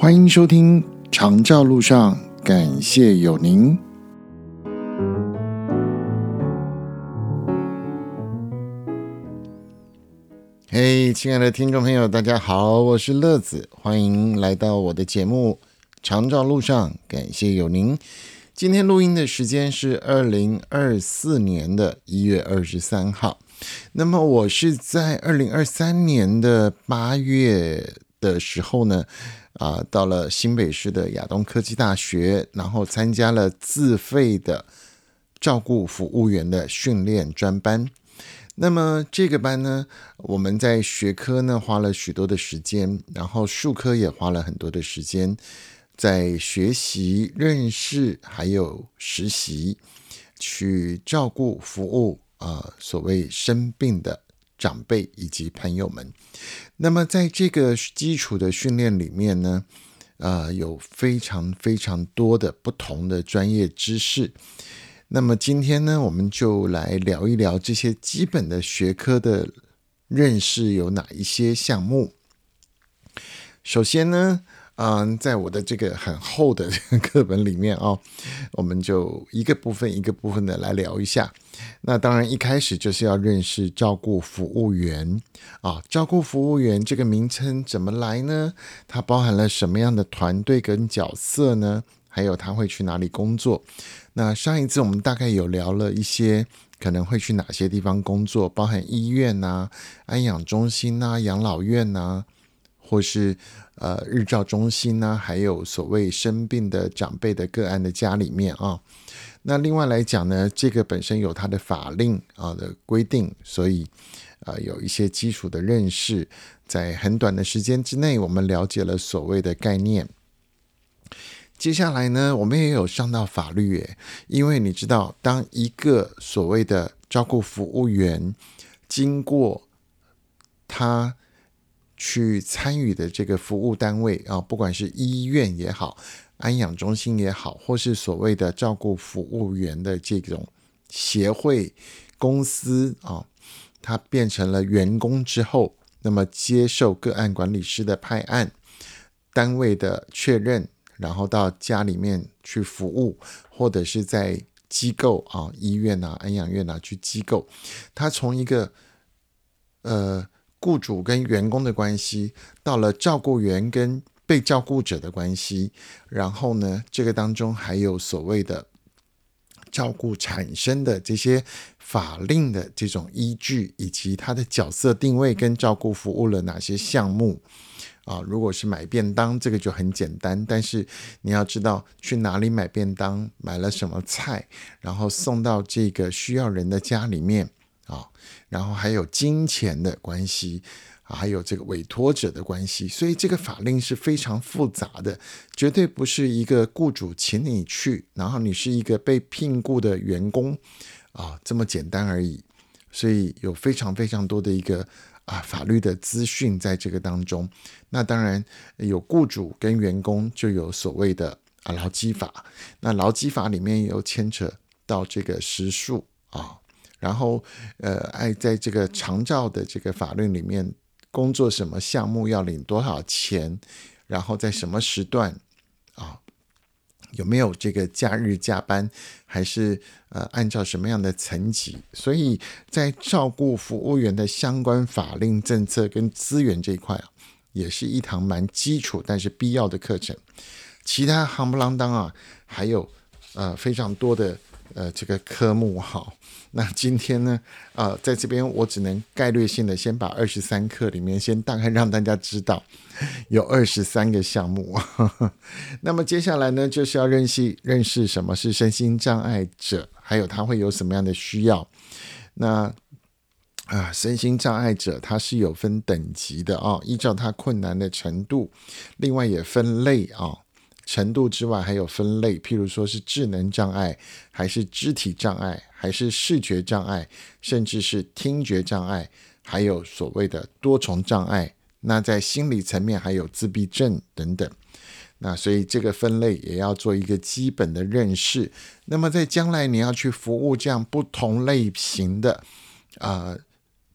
欢迎收听长照路上，感谢有您。嘿，亲爱的听众朋友，大家好，我是乐子，欢迎来到我的节目长照路上，感谢有您。今天录音的时间是2024年的1月23号。那么我是在2023年的8月的时候呢，到了新北市的亚东科技大学，然后参加了自费的照顾服务员的训练专班。那么这个班呢，我们在学科呢花了许多的时间，然后术科也花了很多的时间，在学习、认识还有实习，去照顾服务所谓生病的长辈以及朋友们。那么在这个基础的训练里面呢，有非常非常多的不同的专业知识。那么今天呢，我们就来聊一聊这些基本的学科的认识有哪一些项目。首先呢，在我的这个很厚的课本里面我们就一个部分一个部分的来聊一下。那当然一开始就是要认识照顾服务员照顾服务员这个名称怎么来呢？它包含了什么样的团队跟角色呢？还有他会去哪里工作？那上一次我们大概有聊了一些可能会去哪些地方工作，包含医院安养中心养老院或是日照中心还有所谓生病的长辈的个案的家里面那另外来讲呢，这个本身有它的法令的规定，所以有一些基础的认识，在很短的时间之内，我们了解了所谓的概念。接下来呢，我们也有上到法律耶，因为你知道，当一个所谓的照顾服务员经过他去参与的这个服务单位不管是医院也好，安养中心也好，或是所谓的照顾服务员的这种协会公司他变成了员工之后，那么接受个案管理师的派案，单位的确认，然后到家里面去服务，或者是在机构医院安养院去机构，他从一个雇主跟员工的关系，到了照顾员跟被照顾者的关系，然后呢，这个当中还有所谓的照顾产生的这些法令的这种依据，以及他的角色定位跟照顾服务了哪些项目如果是买便当，这个就很简单，但是你要知道去哪里买便当，买了什么菜，然后送到这个需要人的家里面然后还有金钱的关系还有这个委托者的关系，所以这个法令是非常复杂的，绝对不是一个雇主请你去，然后你是一个被聘雇的员工这么简单而已。所以有非常非常多的一个法律的资讯在这个当中。那当然有雇主跟员工，就有所谓的劳基法，那劳基法里面有牵扯到这个时数然后在这个长照的这个法律里面，工作什么项目要领多少钱，然后在什么时段有没有这个假日加班，还是按照什么样的层级。所以在照顾服务员的相关法令政策跟资源这一块也是一堂蛮基础但是必要的课程。其他夯不啷当还有非常多的这个科目那今天呢在这边我只能概略性的先把23课里面先大概让大家知道有23个项目那么接下来呢，就是要认识什么是身心障碍者，还有他会有什么样的需要。那身心障碍者他是有分等级的依照他困难的程度，另外也分类程度之外还有分类，譬如说是智能障碍，还是肢体障碍，还是视觉障碍，甚至是听觉障碍，还有所谓的多重障碍。那在心理层面还有自闭症等等。那所以这个分类也要做一个基本的认识。那么在将来你要去服务这样不同类型的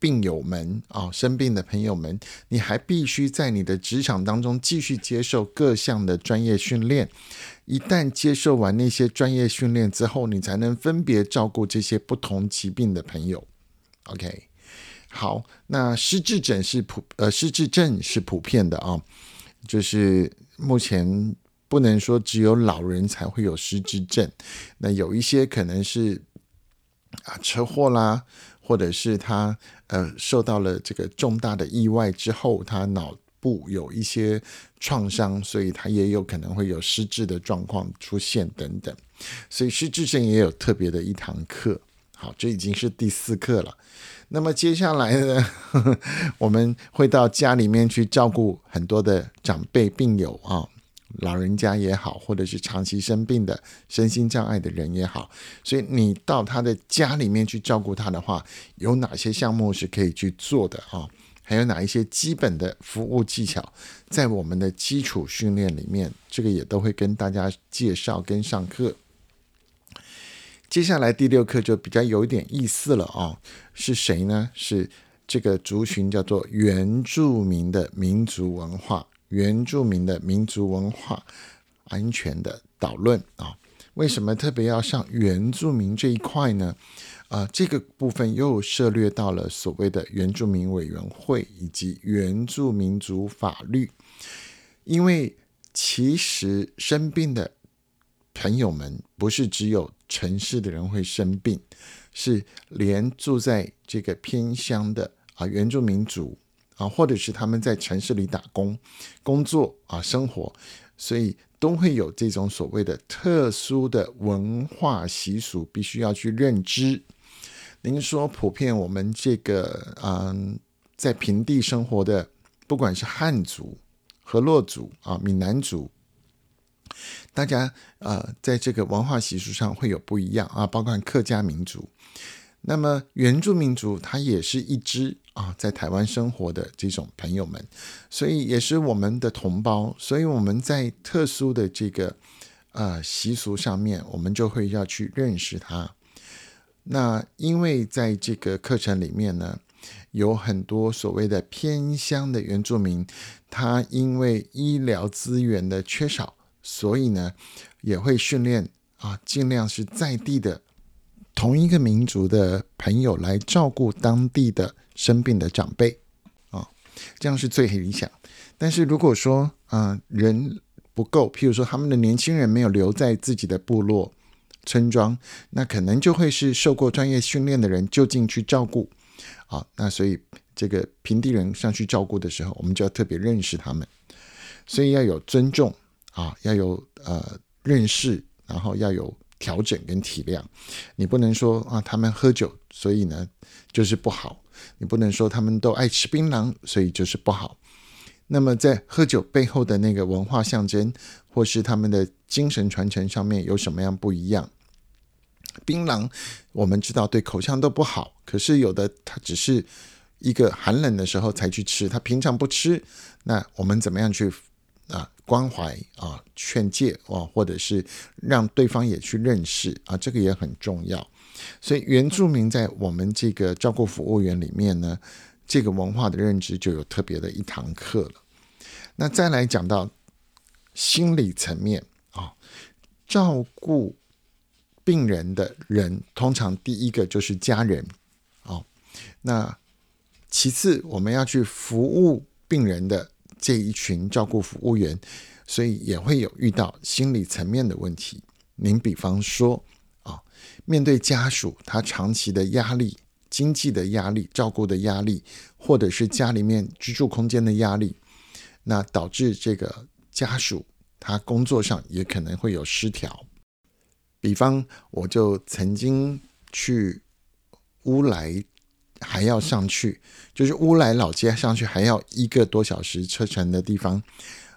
病友们生病的朋友们，你还必须在你的职场当中继续接受各项的专业训练。一旦接受完那些专业训练之后，你才能分别照顾这些不同疾病的朋友。OK， 好，那失智症是普遍的就是目前不能说只有老人才会有失智症，那有一些可能是车祸啦，或者是他受到了这个重大的意外之后，他脑部有一些创伤，所以他也有可能会有失智的状况出现等等，所以失智症也有特别的一堂课。好，这已经是第4课了。那么接下来呢，我们会到家里面去照顾很多的长辈病友老人家也好，或者是长期生病的身心障碍的人也好，所以你到他的家里面去照顾他的话，有哪些项目是可以去做的还有哪一些基本的服务技巧，在我们的基础训练里面，这个也都会跟大家介绍跟上课。接下来第6课就比较有一点意思了是谁呢？是这个族群叫做原住民的民族文化，原住民的民族文化安全的导论为什么特别要上原住民这一块呢？这个部分又涉略到了所谓的原住民委员会以及原住民族法律，因为其实生病的朋友们不是只有城市的人会生病，是连住在这个偏乡的原住民族或者是他们在城市里打工工作生活，所以都会有这种所谓的特殊的文化习俗必须要去认知。您说普遍我们这个在平地生活的，不管是汉族、河洛族闽南族，大家在这个文化习俗上会有不一样包括客家民族。那么原住民族它也是一支在台湾生活的这种朋友们，所以也是我们的同胞，所以我们在特殊的这个习俗上面，我们就会要去认识它。那因为在这个课程里面呢，有很多所谓的偏乡的原住民，他因为医疗资源的缺少，所以呢也会训练尽量是在地的同一个民族的朋友来照顾当地的生病的长辈这样是最理想。但是如果说人不够，譬如说他们的年轻人没有留在自己的部落村庄，那可能就会是受过专业训练的人就近去照顾那所以这个平地人上去照顾的时候，我们就要特别认识他们，所以要有尊重要有认识，然后要有调整跟体谅。你不能说他们喝酒所以呢就是不好，你不能说他们都爱吃槟榔所以就是不好。那么在喝酒背后的那个文化象征，或是他们的精神传承上面有什么样不一样？槟榔我们知道对口腔都不好，可是有的它只是一个寒冷的时候才去吃，他平常不吃，那我们怎么样去关怀劝诫或者是让对方也去认识这个也很重要。所以原住民在我们这个照顾服务员里面呢，这个文化的认知就有特别的一堂课了。那再来讲到心理层面照顾病人的人，通常第一个就是家人那其次我们要去服务病人的这一群照顾服务员，所以也会有遇到心理层面的问题。您比方说面对家属他长期的压力、经济的压力、照顾的压力，或者是家里面居住空间的压力，那导致这个家属他工作上也可能会有失调。比方我就曾经去乌来还要上去，就是乌来老街上去还要1个多小时车程的地方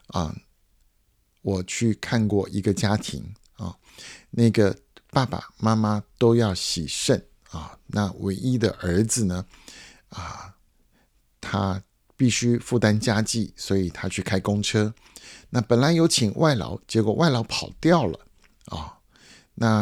我去看过一个家庭那个爸爸妈妈都要洗肾那唯一的儿子呢他必须负担家计，所以他去开公车。那本来有请外劳，结果外劳跑掉了那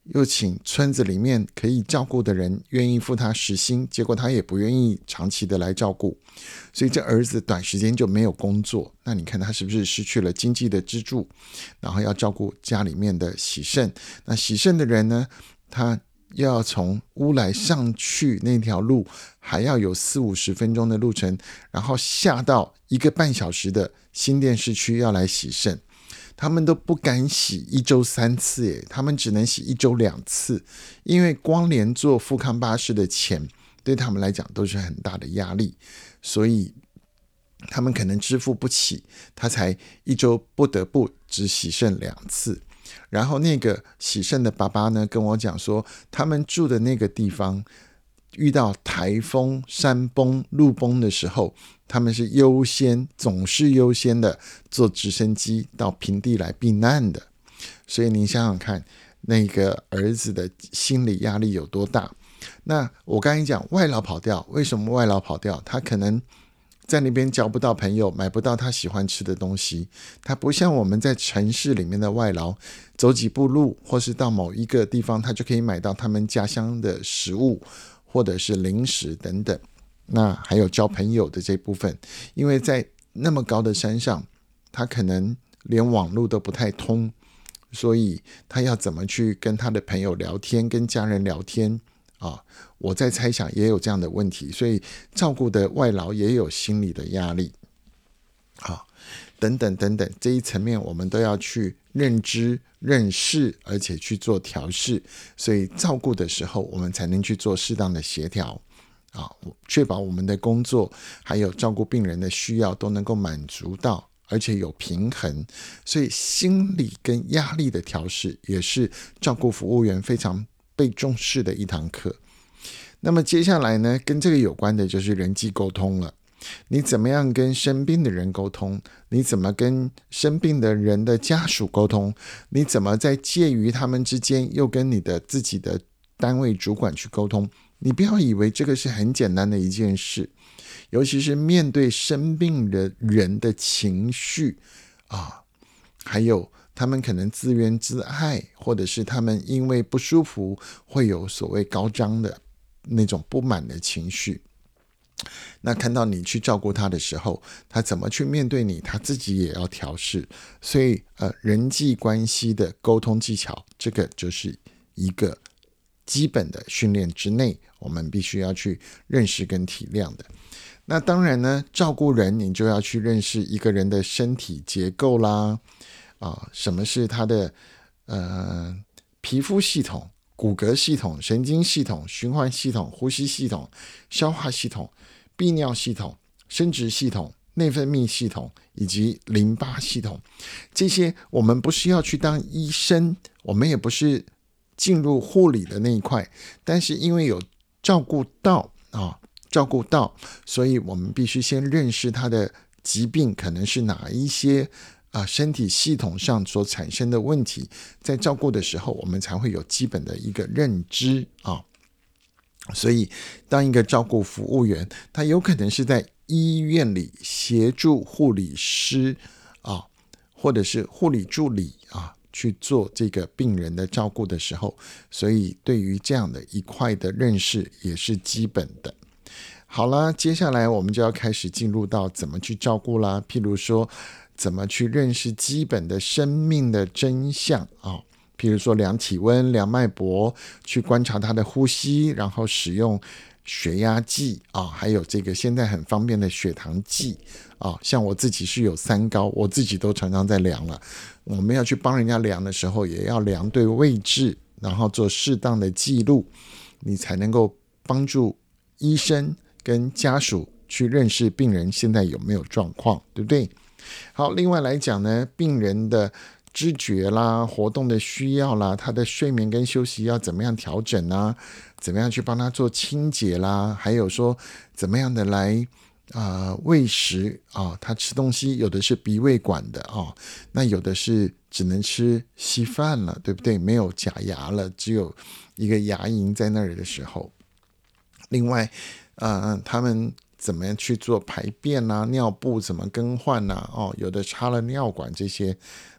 又请村子里面可以照顾的人愿意付他时薪，结果他也不愿意长期的来照顾，所以这儿子短时间就没有工作。那你看他是不是失去了经济的支柱，然后要照顾家里面的喜肾，那喜肾的人呢，他又要从乌来上去那条路还要有40-50分钟的路程，然后下到1个半小时的新店市区要来洗肾，他们都不敢洗1周3次耶，他们只能洗1周2次，因为光连坐富康巴士的钱对他们来讲都是很大的压力，所以他们可能支付不起，他才1周不得不只洗肾2次。然后那个洗肾的爸爸呢跟我讲说，他们住的那个地方遇到台风、山崩、路崩的时候，他们是总是优先的坐直升机到平地来避难的。所以你想想看，那个儿子的心理压力有多大。那我刚才讲外劳跑掉，为什么外劳跑掉？他可能在那边交不到朋友，买不到他喜欢吃的东西，他不像我们在城市里面的外劳，走几步路或是到某一个地方，他就可以买到他们家乡的食物或者是零食等等。那还有交朋友的这部分，因为在那么高的山上，他可能连网络都不太通，所以他要怎么去跟他的朋友聊天，跟家人聊天我在猜想也有这样的问题，所以照顾的外劳也有心理的压力等等等等，这一层面我们都要去认知认识，而且去做调试，所以照顾的时候我们才能去做适当的协调确保我们的工作还有照顾病人的需要都能够满足到，而且有平衡。所以心理跟压力的调试也是照顾服务员非常被重视的一堂课。那么接下来呢，跟这个有关的就是人际沟通了。你怎么样跟生病的人沟通？你怎么跟生病的人的家属沟通？你怎么在介于他们之间又跟你的自己的单位主管去沟通？你不要以为这个是很简单的一件事，尤其是面对生病的人的情绪还有他们可能自怨自艾，或者是他们因为不舒服会有所谓高涨的那种不满的情绪。那看到你去照顾他的时候，他怎么去面对你，他自己也要调试。所以人际关系的沟通技巧，这个就是一个基本的训练之内，我们必须要去认识跟体谅的。那当然呢，照顾人你就要去认识一个人的身体结构啦什么是他的皮肤系统、骨骼系统、神经系统、循环系统、呼吸系统、消化系统、泌尿系统、生殖系统、内分泌系统以及淋巴系统。这些我们不是要去当医生，我们也不是进入护理的那一块，但是因为有照顾到，所以我们必须先认识他的疾病可能是哪一些身体系统上所产生的问题，在照顾的时候我们才会有基本的一个认知所以当一个照顾服务员，他有可能是在医院里协助护理师或者是护理助理去做这个病人的照顾的时候，所以对于这样的一块的认识也是基本的。好啦，接下来我们就要开始进入到怎么去照顾啦，譬如说怎么去认识基本的生命的真相譬如说量体温、量脉搏，去观察他的呼吸，然后使用血压计还有这个现在很方便的血糖计像我自己是有3高，我自己都常常在量了。我们要去帮人家量的时候，也要量对位置，然后做适当的记录，你才能够帮助医生跟家属去认识病人现在有没有状况，对不对？好，另外来讲呢，病人的知觉啦、活动的需要啦，他的睡眠跟休息要怎么样调整啊？怎么样去帮他做清洁啦？还有说怎么样的来喂食他吃东西有的是鼻胃管的那有的是只能吃稀饭了，对不对？没有假牙了，只有一个牙龈在那里的时候。另外他们怎么样去做排便啊，尿布怎么更换啊有的插了尿管这些，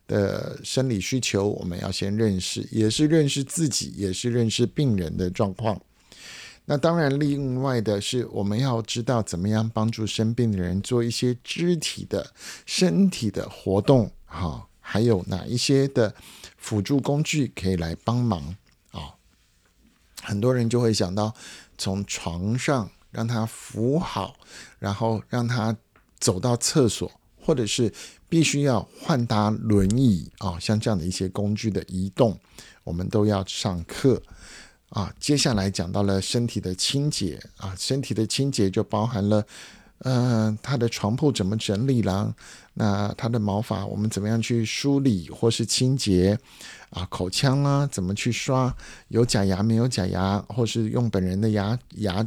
的生理需求，我们要先认识，也是认识自己，也是认识病人的状况。那当然另外的是我们要知道怎么样帮助生病的人做一些肢体的身体的活动，还有哪一些的辅助工具可以来帮忙。很多人就会想到从床上让他扶好，然后让他走到厕所，或者是必须要换搭轮椅，像这样的一些工具的移动，我们都要上课。接下来讲到了身体的清洁，身体的清洁就包含了他的床铺怎么整理啦，那他的毛发我们怎么样去梳理或是清洁，口腔啦怎么去刷，有假牙没有假牙，或是用本人的牙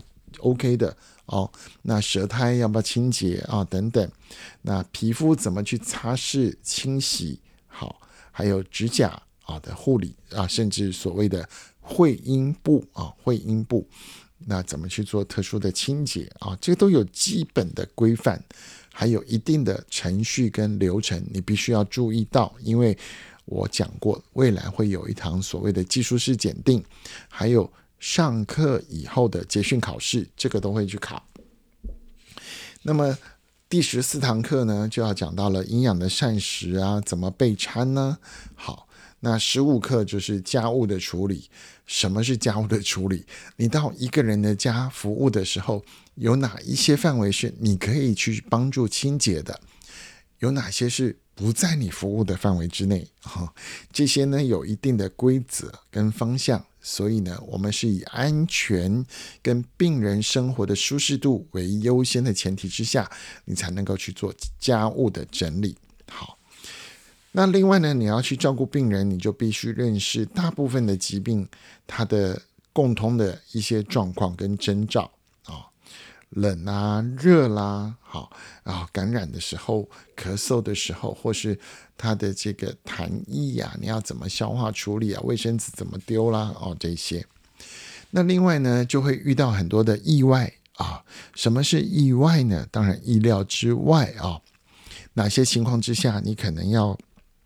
OK 的那舌苔要不要清洁等等，那皮肤怎么去擦拭清洗，好，还有指甲的护理甚至所谓的会阴部那怎么去做特殊的清洁这个都有基本的规范，还有一定的程序跟流程，你必须要注意到，因为我讲过未来会有一堂所谓的技术士检定，还有上课以后的结训考试，这个都会去考。那么第14堂课呢，就要讲到了营养的膳食怎么备餐呢？好，那15课就是家务的处理。什么是家务的处理？你到一个人的家服务的时候，有哪一些范围是你可以去帮助清洁的，有哪些是不在你服务的范围之内，这些呢有一定的规则跟方向，所以呢我们是以安全跟病人生活的舒适度为优先的前提之下，你才能够去做家务的整理。好，那另外呢，你要去照顾病人，你就必须认识大部分的疾病它的共通的一些状况跟征兆冷热啦，感染的时候，咳嗽的时候，或是它的这个痰液你要怎么消化处理卫生纸怎么丢啦这些。那另外呢，就会遇到很多的意外什么是意外呢？当然意料之外哪些情况之下你可能要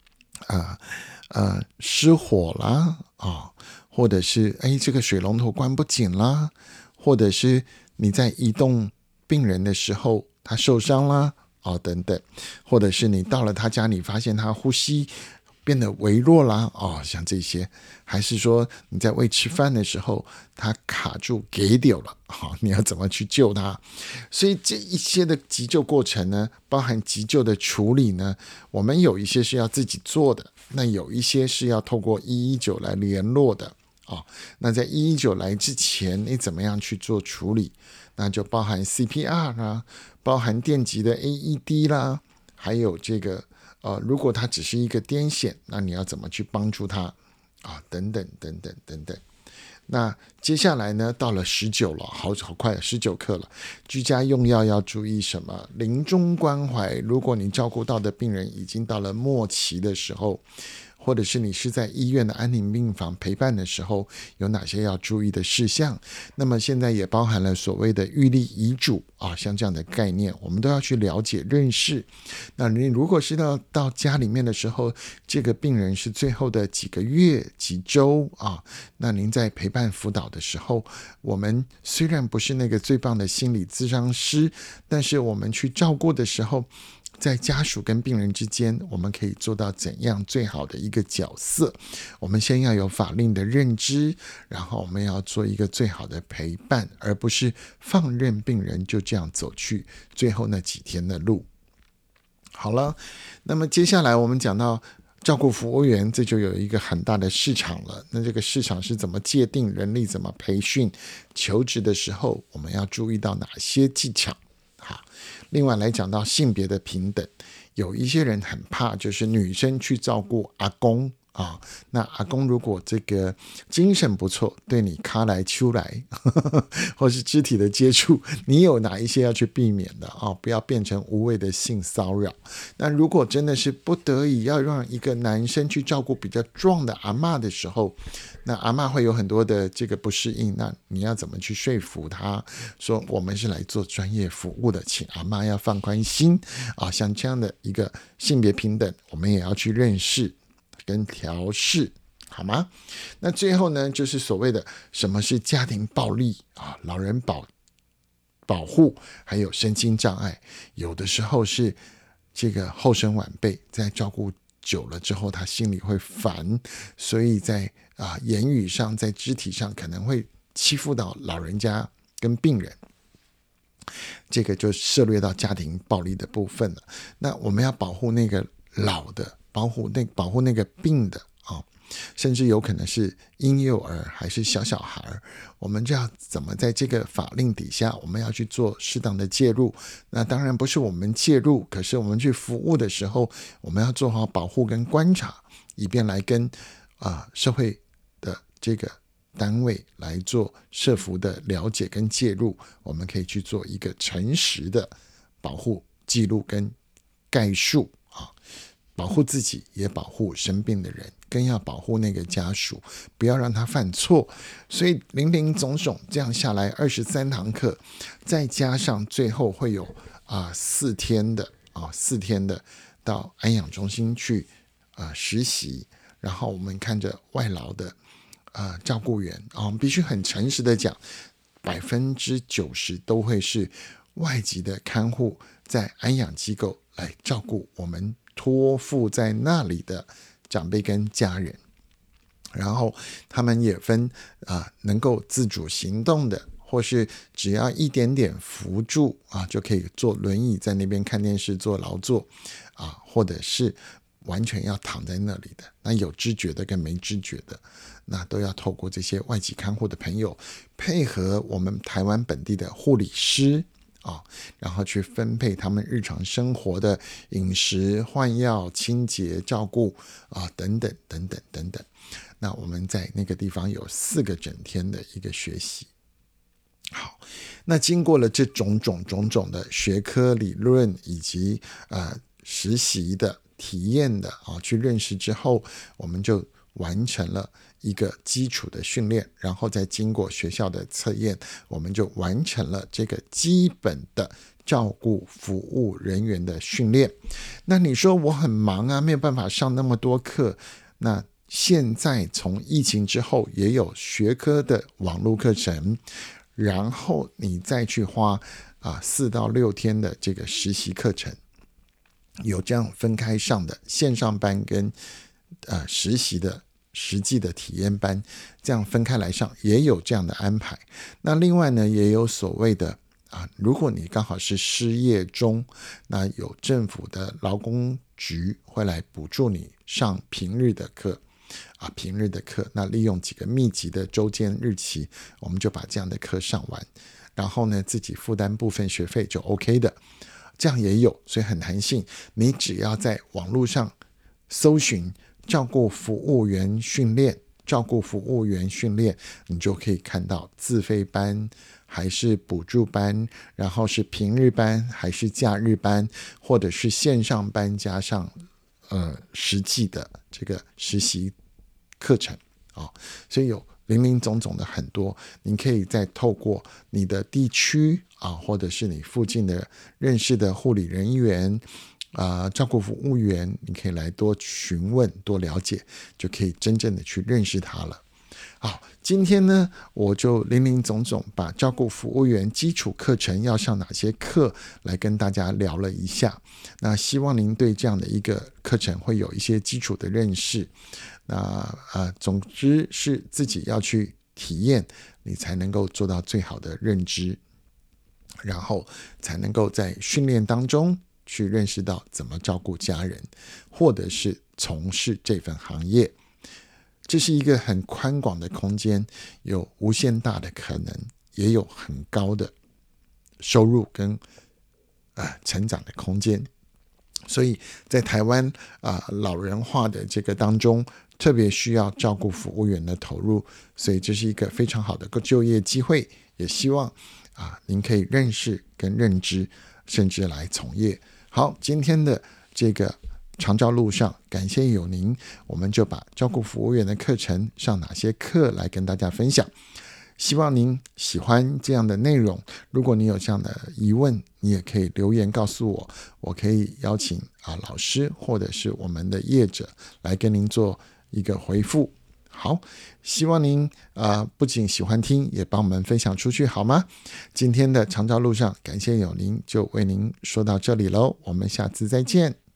失火啦或者是这个水龙头关不紧啦，或者是你在移动病人的时候他受伤啦等等，或者是你到了他家里发现他呼吸变得微弱啦像这些，还是说你在喂吃饭的时候他卡住给丢了你要怎么去救他？所以这一些的急救过程呢，包含急救的处理呢，我们有一些是要自己做的，那有一些是要透过119来联络的那在119来之前你怎么样去做处理？那就包含 CPR 啦，包含电极的 AED 啦，还有这个如果它只是一个癫痫，那你要怎么去帮助他等等等等等等。那接下来呢，到了19了，好快19课了。居家用药要注意什么？临终关怀，如果你照顾到的病人已经到了末期的时候，或者是你是在医院的安宁病房陪伴的时候，有哪些要注意的事项？那么现在也包含了所谓的预立遗嘱像这样的概念，我们都要去了解认识。那你如果是到家里面的时候，这个病人是最后的几个月几周那您在陪伴辅导的时候，我们虽然不是那个最棒的心理咨商师，但是我们去照顾的时候，在家属跟病人之间，我们可以做到怎样最好的一个角色？我们先要有法令的认知，然后我们要做一个最好的陪伴，而不是放任病人就这样走去最后那几天的路。好了，那么接下来我们讲到照顾服务员，这就有一个很大的市场了。那这个市场是怎么界定，人力怎么培训，求职的时候我们要注意到哪些技巧？好，另外来讲到性别的平等，有一些人很怕就是女生去照顾阿公那阿公如果这个精神不错，对你卡来秋来或是肢体的接触，你有哪一些要去避免的不要变成无谓的性骚扰。那如果真的是不得已要让一个男生去照顾比较壮的阿嬷的时候，那阿嬷会有很多的这个不适应，那你要怎么去说服他说我们是来做专业服务的，请阿嬷要放宽心像这样的一个性别平等，我们也要去认识跟调试，好吗？那最后呢，就是所谓的什么是家庭暴力老人保护，还有身心障碍，有的时候是这个后生晚辈在照顾久了之后，他心里会烦，所以在言语上，在肢体上可能会欺负到老人家跟病人，这个就涉猎到家庭暴力的部分了。那我们要保护那个老的，保护那个病的甚至有可能是婴幼儿还是小孩，我们就要怎么在这个法令底下，我们要去做适当的介入。那当然不是我们介入，可是我们去服务的时候，我们要做好保护跟观察，以便来跟社会的这个单位来做社福的了解跟介入，我们可以去做一个诚实的保护记录跟概述保护自己，也保护生病的人，更要保护那个家属，不要让他犯错。所以林林总总这样下来23堂课，再加上最后会有4天的到安养中心去实习，然后我们看着外劳的照顾员我们必须很诚实的讲，90%都会是外籍的看护在安养机构来照顾我们托付在那里的长辈跟家人。然后他们也分能够自主行动的，或是只要一点点扶助就可以坐轮椅在那边看电视做劳作或者是完全要躺在那里的，那有知觉的跟没知觉的，那都要透过这些外籍看护的朋友配合我们台湾本地的护理师然后去分配他们日常生活的饮食、换药、清洁、照顾等等等等等等。那我们在那个地方有4个整天的一个学习。好，那经过了这种种的学科理论以及实习的体验的去认识之后，我们就完成了一个基础的训练，然后再经过学校的测验，我们就完成了这个基本的照顾服务人员的训练。那你说我很忙没有办法上那么多课，那现在从疫情之后也有学科的网络课程，然后你再去花4到6天的这个实习课程，有这样分开上的线上班跟实习的实际的体验班，这样分开来上，也有这样的安排。那另外呢，也有所谓的如果你刚好是失业中，那有政府的劳工局会来补助你上平日的课那利用几个密集的周间日期，我们就把这样的课上完，然后呢自己负担部分学费就 OK 的，这样也有，所以很弹性。你只要在网络上搜寻照顾服务员训练，你就可以看到自费班还是补助班，然后是平日班还是假日班，或者是线上班加上实际的这个实习课程所以有林林总总的很多，你可以再透过你的地区或者是你附近的认识的护理人员照顾服务员，你可以来多询问多了解，就可以真正的去认识他了。好，今天呢我就林林总总把照顾服务员基础课程要上哪些课来跟大家聊了一下，那希望您对这样的一个课程会有一些基础的认识。那总之是自己要去体验，你才能够做到最好的认知，然后才能够在训练当中去认识到怎么照顾家人，或者是从事这份行业。这是一个很宽广的空间，有无限大的可能，也有很高的收入跟成长的空间。 所以在台湾老人化的这个当中，特别需要照顾服务员的投入，所以这是一个非常好的就业机会，也希望您可以认识跟认知，甚至来从业。好，今天的这个长照路上，感谢有您，我们就把照顾服务员的课程上哪些课来跟大家分享。希望您喜欢这样的内容，如果你有这样的疑问，你也可以留言告诉我，我可以邀请老师或者是我们的业者来跟您做一个回复。好，希望您不仅喜欢听，也帮我们分享出去好吗？今天的长照路上，感谢有您，就为您说到这里咯，我们下次再见。